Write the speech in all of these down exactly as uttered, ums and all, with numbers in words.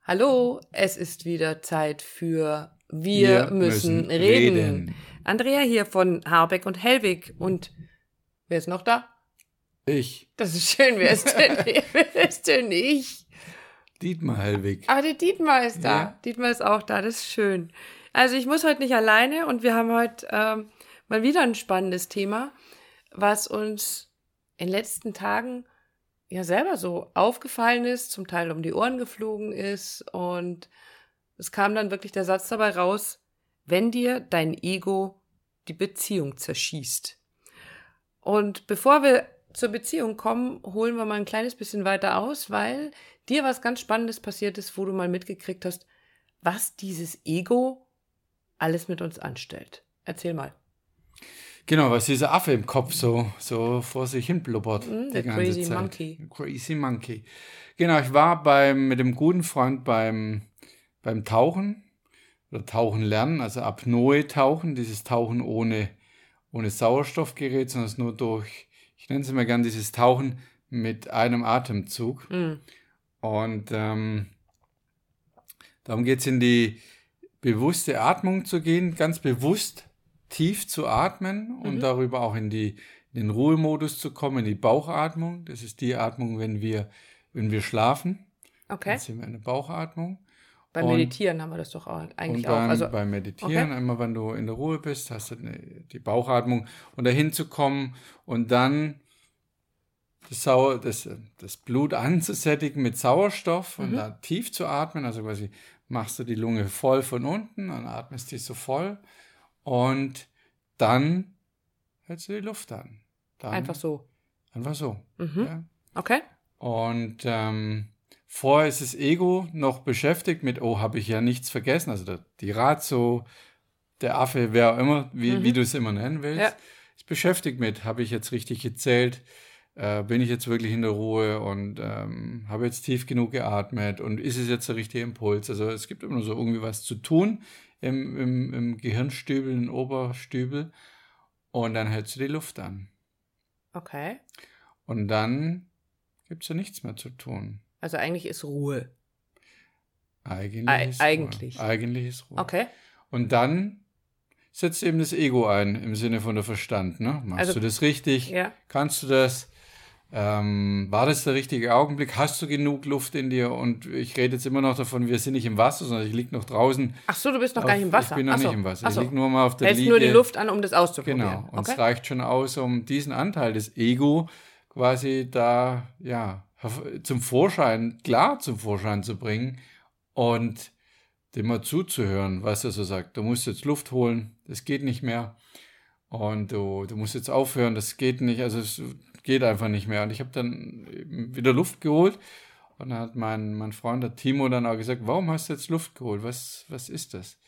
Hallo, es ist wieder Zeit für Wir, Wir müssen, müssen reden. reden. Andrea hier von Habeck und Hellwig. Und wer ist noch da? Ich, Das ist schön, wer ist denn, wer ist denn ich? Dietmar Hellwig. Ah, der Dietmar ist da. Ja. Dietmar ist auch da, das ist schön. Also ich muss heute nicht alleine und wir haben heute ähm, mal wieder ein spannendes Thema, was uns in den letzten Tagen ja selber so aufgefallen ist, zum Teil um die Ohren geflogen ist und es kam dann wirklich der Satz dabei raus, wenn dir dein Ego die Beziehung zerschießt. Und bevor wir zur Beziehung kommen, holen wir mal ein kleines bisschen weiter aus, weil dir was ganz Spannendes passiert ist, wo du mal mitgekriegt hast, was dieses Ego alles mit uns anstellt. Erzähl mal. Genau, was dieser Affe im Kopf so, so vor sich hin blubbert. Mm, die der ganze Crazy Zeit. Monkey. Crazy Monkey. Genau, ich war beim, mit einem guten Freund beim, beim Tauchen oder Tauchen lernen, also Apnoe-Tauchen, dieses Tauchen ohne, ohne Sauerstoffgerät, sondern es nur durch, ich nenne es immer gern dieses Tauchen mit einem Atemzug. Mm. Und ähm, darum geht es in die bewusste Atmung zu gehen, ganz bewusst tief zu atmen und Mhm. darüber auch in, die, in den Ruhemodus zu kommen, in die Bauchatmung. Das ist die Atmung, wenn wir, wenn wir schlafen. Okay. Dann sind wir in der Bauchatmung. Beim und- Meditieren haben wir das doch auch, eigentlich Und beim, auch. Also, beim Meditieren, okay. immer wenn du in der Ruhe bist, hast du eine, die Bauchatmung und dahin zu kommen und dann das, Sauer, das, das Blut anzusättigen mit Sauerstoff und Mhm. da tief zu atmen. Also quasi machst du die Lunge voll von unten und atmest die so voll und dann hältst du die Luft an. Dann Einfach so. Einfach so. Mhm. Ja. Okay. Und ähm, vorher ist das Ego noch beschäftigt mit, oh, habe ich ja nichts vergessen. Also der, die Ratio, der Affe, wer auch immer, wie, Mhm. wie du es immer nennen willst, Ja. ist beschäftigt mit, habe ich jetzt richtig gezählt, äh, bin ich jetzt wirklich in der Ruhe und ähm, habe jetzt tief genug geatmet und ist es jetzt der richtige Impuls? Also es gibt immer so irgendwie was zu tun im, im, im Gehirnstübel, im Oberstübel und dann hältst du die Luft an. Okay. Und dann gibt es ja nichts mehr zu tun. Also eigentlich ist Ruhe. Eigentlich Ei- ist eigentlich. Ruhe. Eigentlich ist Ruhe. Okay. Und dann setzt eben das Ego ein, im Sinne von der Verstand. Ne? Machst Also- du das richtig? Ja. Kannst du das? Ähm, war das der richtige Augenblick? Hast du genug Luft in dir? Und ich rede jetzt immer noch davon, wir sind nicht im Wasser, sondern ich liege noch draußen. Ach so, du bist noch auf, gar nicht im Wasser. Ich bin noch Ach so. nicht im Wasser. Ach so. Ich liege nur mal auf der Hältst Liege. nur die Luft an, um das auszuprobieren. Genau. Und Okay. es reicht schon aus, um diesen Anteil des Ego quasi da, ja, zum Vorschein, klar zum Vorschein zu bringen und dem mal zuzuhören, was er so sagt. Du musst jetzt Luft holen, das geht nicht mehr. Und du, du musst jetzt aufhören, das geht nicht, also es geht einfach nicht mehr. Und ich habe dann eben wieder Luft geholt und dann hat mein, mein Freund, der Timo, dann auch gesagt, warum hast du jetzt Luft geholt? Was, was ist das?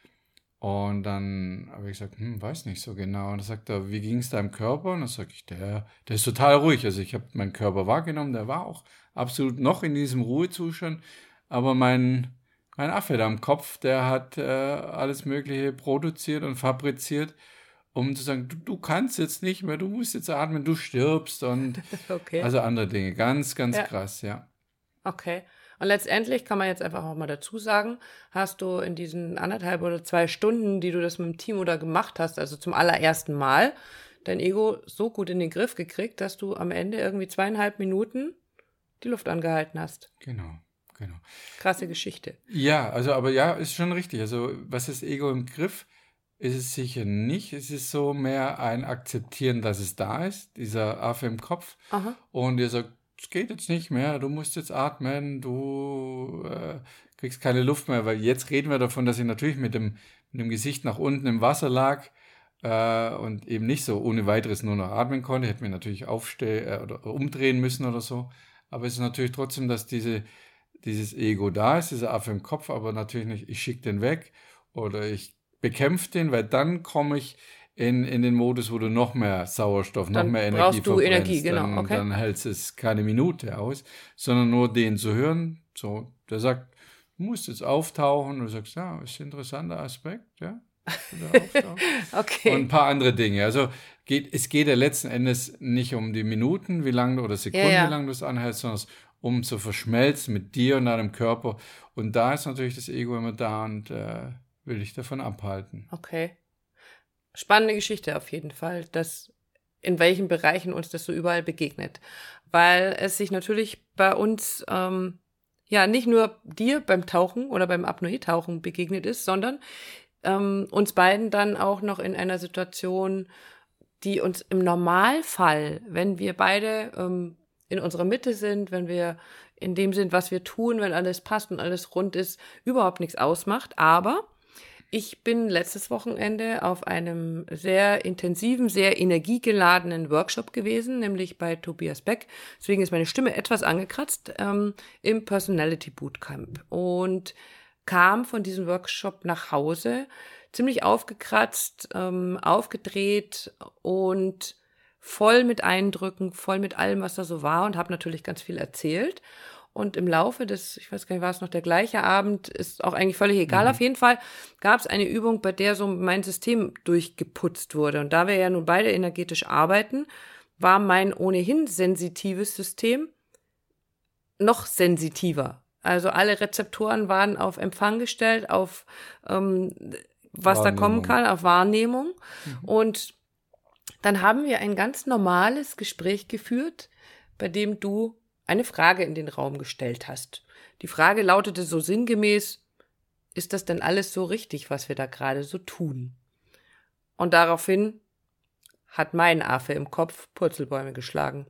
Und dann habe ich gesagt, hm, weiß nicht so genau. Und dann sagt er, wie ging es deinem Körper? Und dann sage ich, der, der ist total ruhig. Also ich habe meinen Körper wahrgenommen, der war auch absolut noch in diesem Ruhezustand. Aber mein, mein Affe da am Kopf, der hat äh, alles Mögliche produziert und fabriziert, um zu sagen, du, du kannst jetzt nicht mehr, du musst jetzt atmen, du stirbst und Okay. also andere Dinge. Ganz, ganz Ja. krass, ja. Okay. Und letztendlich kann man jetzt einfach auch mal dazu sagen, hast du in diesen anderthalb oder zwei Stunden, die du das mit dem Team oder gemacht hast, also zum allerersten Mal, dein Ego so gut in den Griff gekriegt, dass du am Ende irgendwie zweieinhalb Minuten die Luft angehalten hast. Genau, genau. Krasse Geschichte. Ja, also aber ja, ist schon richtig. Also was ist Ego im Griff? Ist es sicher nicht. Es ist so mehr ein Akzeptieren, dass es da ist, dieser Affe im Kopf. Aha. Und ihr sagt, es geht jetzt nicht mehr, du musst jetzt atmen, du äh, kriegst keine Luft mehr, weil jetzt reden wir davon, dass ich natürlich mit dem, mit dem Gesicht nach unten im Wasser lag äh, und eben nicht so ohne weiteres nur noch atmen konnte. Hätte mir natürlich aufstehen äh, oder umdrehen müssen oder so. Aber es ist natürlich trotzdem, dass diese, dieses Ego da ist, dieser Affe im Kopf, aber natürlich nicht, ich schicke den weg oder ich bekämpfe den, weil dann komme ich in, in den Modus, wo du noch mehr Sauerstoff, Dann noch mehr Energie brauchst du verbrennst. Energie, genau, Dann, okay. dann hältst es keine Minute aus, sondern nur den zu hören. So, der sagt, du musst jetzt auftauchen. Und du sagst, ja, ist ein interessanter Aspekt, ja. Wieder auftauchen. Okay. Und ein paar andere Dinge. Also geht, es geht ja letzten Endes nicht um die Minuten, wie lange oder Sekunden, Ja, ja. wie lange du es anhältst, sondern um zu verschmelzen mit dir und deinem Körper. Und da ist natürlich das Ego immer da und äh, will dich davon abhalten. Okay. Spannende Geschichte auf jeden Fall, dass in welchen Bereichen uns das so überall begegnet. Weil es sich natürlich bei uns, ähm, ja, nicht nur dir beim Tauchen oder beim Apnoe-Tauchen begegnet ist, sondern ähm, uns beiden dann auch noch in einer Situation, die uns im Normalfall, wenn wir beide ähm, in unserer Mitte sind, wenn wir in dem sind, was wir tun, wenn alles passt und alles rund ist, überhaupt nichts ausmacht. Aber ich bin letztes Wochenende auf einem sehr intensiven, sehr energiegeladenen Workshop gewesen, nämlich bei Tobias Beck. Deswegen ist meine Stimme etwas angekratzt, ähm, im Personality Bootcamp. Und kam von diesem Workshop nach Hause, ziemlich aufgekratzt, ähm, aufgedreht und voll mit Eindrücken, voll mit allem, was da so war, und habe natürlich ganz viel erzählt. Und im Laufe des, ich weiß gar nicht, war es noch der gleiche Abend, ist auch eigentlich völlig egal. Mhm. Auf jeden Fall gab es eine Übung, bei der so mein System durchgeputzt wurde. Und da wir ja nun beide energetisch arbeiten, war mein ohnehin sensitives System noch sensitiver. Also alle Rezeptoren waren auf Empfang gestellt, auf ähm, was da kommen kann, auf Wahrnehmung. Mhm. Und dann haben wir ein ganz normales Gespräch geführt, bei dem du eine Frage in den Raum gestellt hast. Die Frage lautete so sinngemäß: Ist das denn alles so richtig, was wir da gerade so tun? Und daraufhin hat mein Affe im Kopf Purzelbäume geschlagen.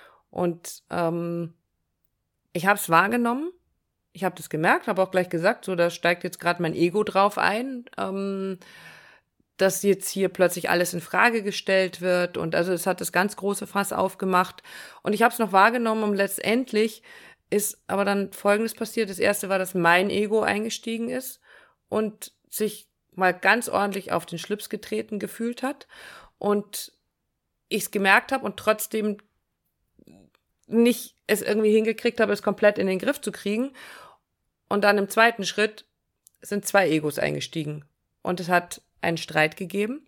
Und ähm, ich habe es wahrgenommen, ich habe das gemerkt, habe auch gleich gesagt, so, da steigt jetzt gerade mein Ego drauf ein, ähm, dass jetzt hier plötzlich alles in Frage gestellt wird, und also es hat das ganz große Fass aufgemacht, und ich habe es noch wahrgenommen, und letztendlich ist aber dann Folgendes passiert. Das erste war, dass mein Ego eingestiegen ist und sich mal ganz ordentlich auf den Schlips getreten gefühlt hat und ich es gemerkt habe und trotzdem nicht es irgendwie hingekriegt habe, es komplett in den Griff zu kriegen. Und dann im zweiten Schritt sind zwei Egos eingestiegen und es hat einen Streit gegeben,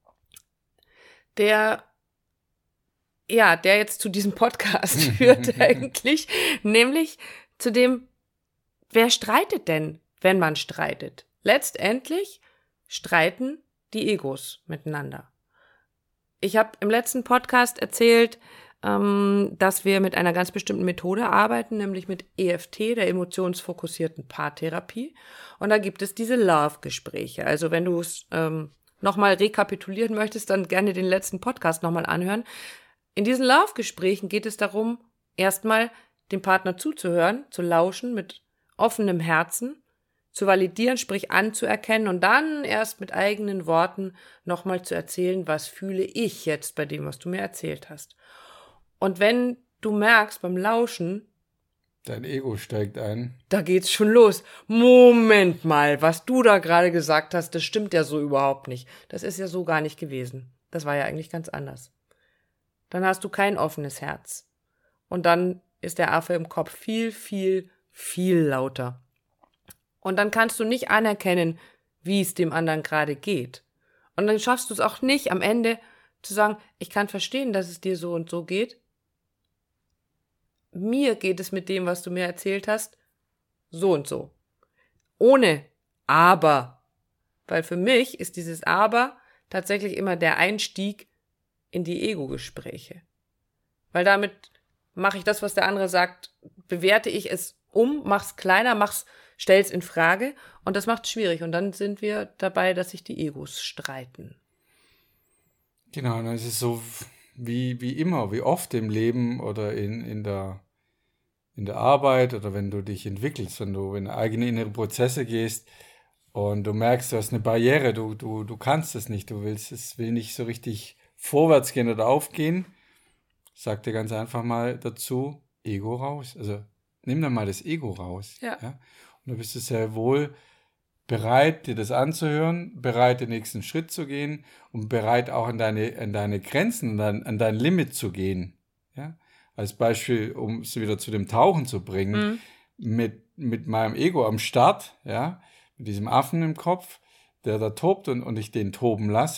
der, ja, der jetzt zu diesem Podcast führt eigentlich, nämlich zu dem, wer streitet denn, wenn man streitet? Letztendlich streiten die Egos miteinander. Ich habe im letzten Podcast erzählt, ähm, dass wir mit einer ganz bestimmten Methode arbeiten, nämlich mit E F T, der emotionsfokussierten Paartherapie. Und da gibt es diese Love-Gespräche. Also wenn du es ähm, nochmal rekapitulieren möchtest, dann gerne den letzten Podcast nochmal anhören. In diesen Love-Gesprächen geht es darum, erstmal dem Partner zuzuhören, zu lauschen mit offenem Herzen, zu validieren, sprich anzuerkennen und dann erst mit eigenen Worten nochmal zu erzählen, was fühle ich jetzt bei dem, was du mir erzählt hast. Und wenn du merkst beim Lauschen, dein Ego steigt ein, da geht's schon los. Moment mal, was du da gerade gesagt hast, das stimmt ja so überhaupt nicht. Das ist ja so gar nicht gewesen. Das war ja eigentlich ganz anders. Dann hast du kein offenes Herz. Und dann ist der Affe im Kopf viel, viel, viel lauter. Und dann kannst du nicht anerkennen, wie es dem anderen gerade geht. Und dann schaffst du es auch nicht, am Ende zu sagen, ich kann verstehen, dass es dir so und so geht. Mir geht es mit dem, was du mir erzählt hast, so und so. Ohne Aber. Weil für mich ist dieses Aber tatsächlich immer der Einstieg in die Ego-Gespräche. Weil damit mache ich das, was der andere sagt, bewerte ich es um, mach's kleiner, mach's, stell's in Frage, und das macht es schwierig. Und dann sind wir dabei, dass sich die Egos streiten. Genau, und es ist so wie, wie immer, wie oft im Leben oder in, in, der, in der Arbeit oder wenn du dich entwickelst, wenn du in eigene innere Prozesse gehst und du merkst, du hast eine Barriere, du, du, du kannst es nicht, du willst, es will nicht so richtig vorwärts gehen oder aufgehen, sag dir ganz einfach mal dazu, Ego raus. Also nimm dann mal das Ego raus. Ja. Ja? Und du bist sehr wohl bereit, dir das anzuhören, bereit, den nächsten Schritt zu gehen und bereit, auch an deine, an deine Grenzen, an, an dein Limit zu gehen. Ja? Als Beispiel, um es wieder zu dem Tauchen zu bringen, mhm. mit, mit meinem Ego am Start, ja, mit diesem Affen im Kopf, der da tobt und, und ich den toben lasse,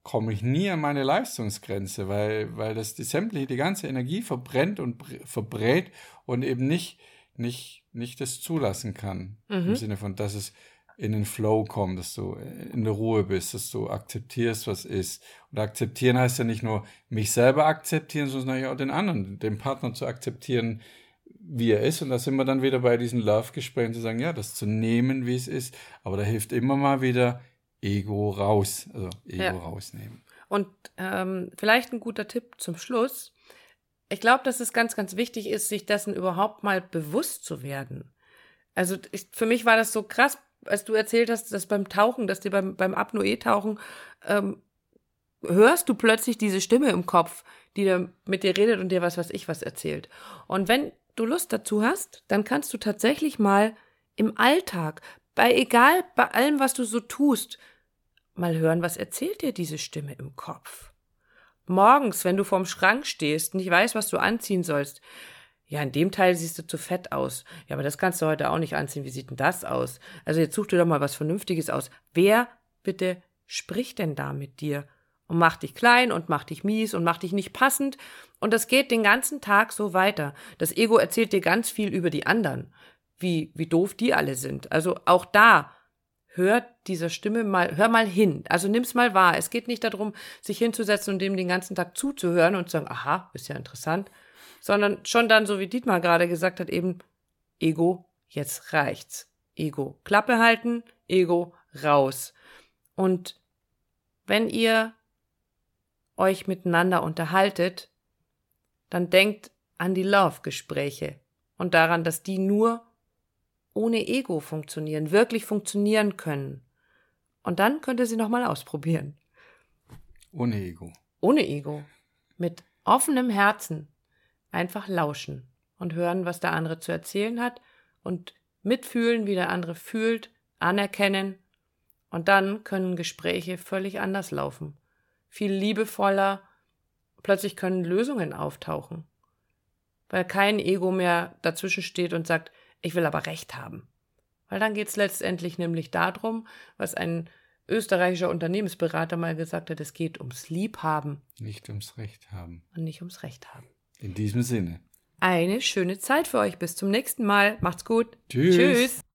komme ich nie an meine Leistungsgrenze, weil, weil das die sämtliche, die ganze Energie verbrennt und verbrät und eben nicht, nicht, nicht das zulassen kann. Mhm. Im Sinne von, dass es in den Flow kommt, dass du in der Ruhe bist, dass du akzeptierst, was ist. Und akzeptieren heißt ja nicht nur mich selber akzeptieren, sondern auch den anderen, den Partner zu akzeptieren, wie er ist. Und da sind wir dann wieder bei diesen Love-Gesprächen zu sagen, ja, das zu nehmen, wie es ist. Aber da hilft immer mal wieder Ego raus, also Ego ja. rausnehmen. Und ähm, vielleicht ein guter Tipp zum Schluss. Ich glaube, dass es ganz, ganz wichtig ist, sich dessen überhaupt mal bewusst zu werden. Also ich, für mich war das so krass, als du erzählt hast, dass beim Tauchen, dass dir beim, beim Apnoe-Tauchen ähm, hörst du plötzlich diese Stimme im Kopf, die da mit dir redet und dir was weiß ich was erzählt. Und wenn du Lust dazu hast, dann kannst du tatsächlich mal im Alltag, bei egal, bei allem, was du so tust, mal hören, was erzählt dir diese Stimme im Kopf. Morgens, wenn du vorm Schrank stehst und nicht weißt, was du anziehen sollst, ja, in dem Teil siehst du zu fett aus. Ja, aber das kannst du heute auch nicht anziehen. Wie sieht denn das aus? Also jetzt such dir doch mal was Vernünftiges aus. Wer bitte spricht denn da mit dir? Und macht dich klein und macht dich mies und macht dich nicht passend. Und das geht den ganzen Tag so weiter. Das Ego erzählt dir ganz viel über die anderen, wie, wie doof die alle sind. Also auch da, hör dieser Stimme mal, hör mal hin. Also nimm's mal wahr. Es geht nicht darum, sich hinzusetzen und dem den ganzen Tag zuzuhören und zu sagen, aha, ist ja interessant. Sondern schon dann, so wie Dietmar gerade gesagt hat, eben Ego, jetzt reicht's. Ego, Klappe halten, Ego, raus. Und wenn ihr euch miteinander unterhaltet, dann denkt an die Love-Gespräche und daran, dass die nur ohne Ego funktionieren, wirklich funktionieren können. Und dann könnt ihr sie nochmal ausprobieren. Ohne Ego. Ohne Ego. Mit offenem Herzen. Einfach lauschen und hören, was der andere zu erzählen hat und mitfühlen, wie der andere fühlt, anerkennen. Und dann können Gespräche völlig anders laufen. Viel liebevoller. Plötzlich können Lösungen auftauchen. Weil kein Ego mehr dazwischen steht und sagt, ich will aber Recht haben. Weil dann geht es letztendlich nämlich darum, was ein österreichischer Unternehmensberater mal gesagt hat, es geht ums Liebhaben. Nicht ums Recht haben. Und nicht ums Recht haben. In diesem Sinne. Eine schöne Zeit für euch. Bis zum nächsten Mal. Macht's gut. Tschüss. Tschüss.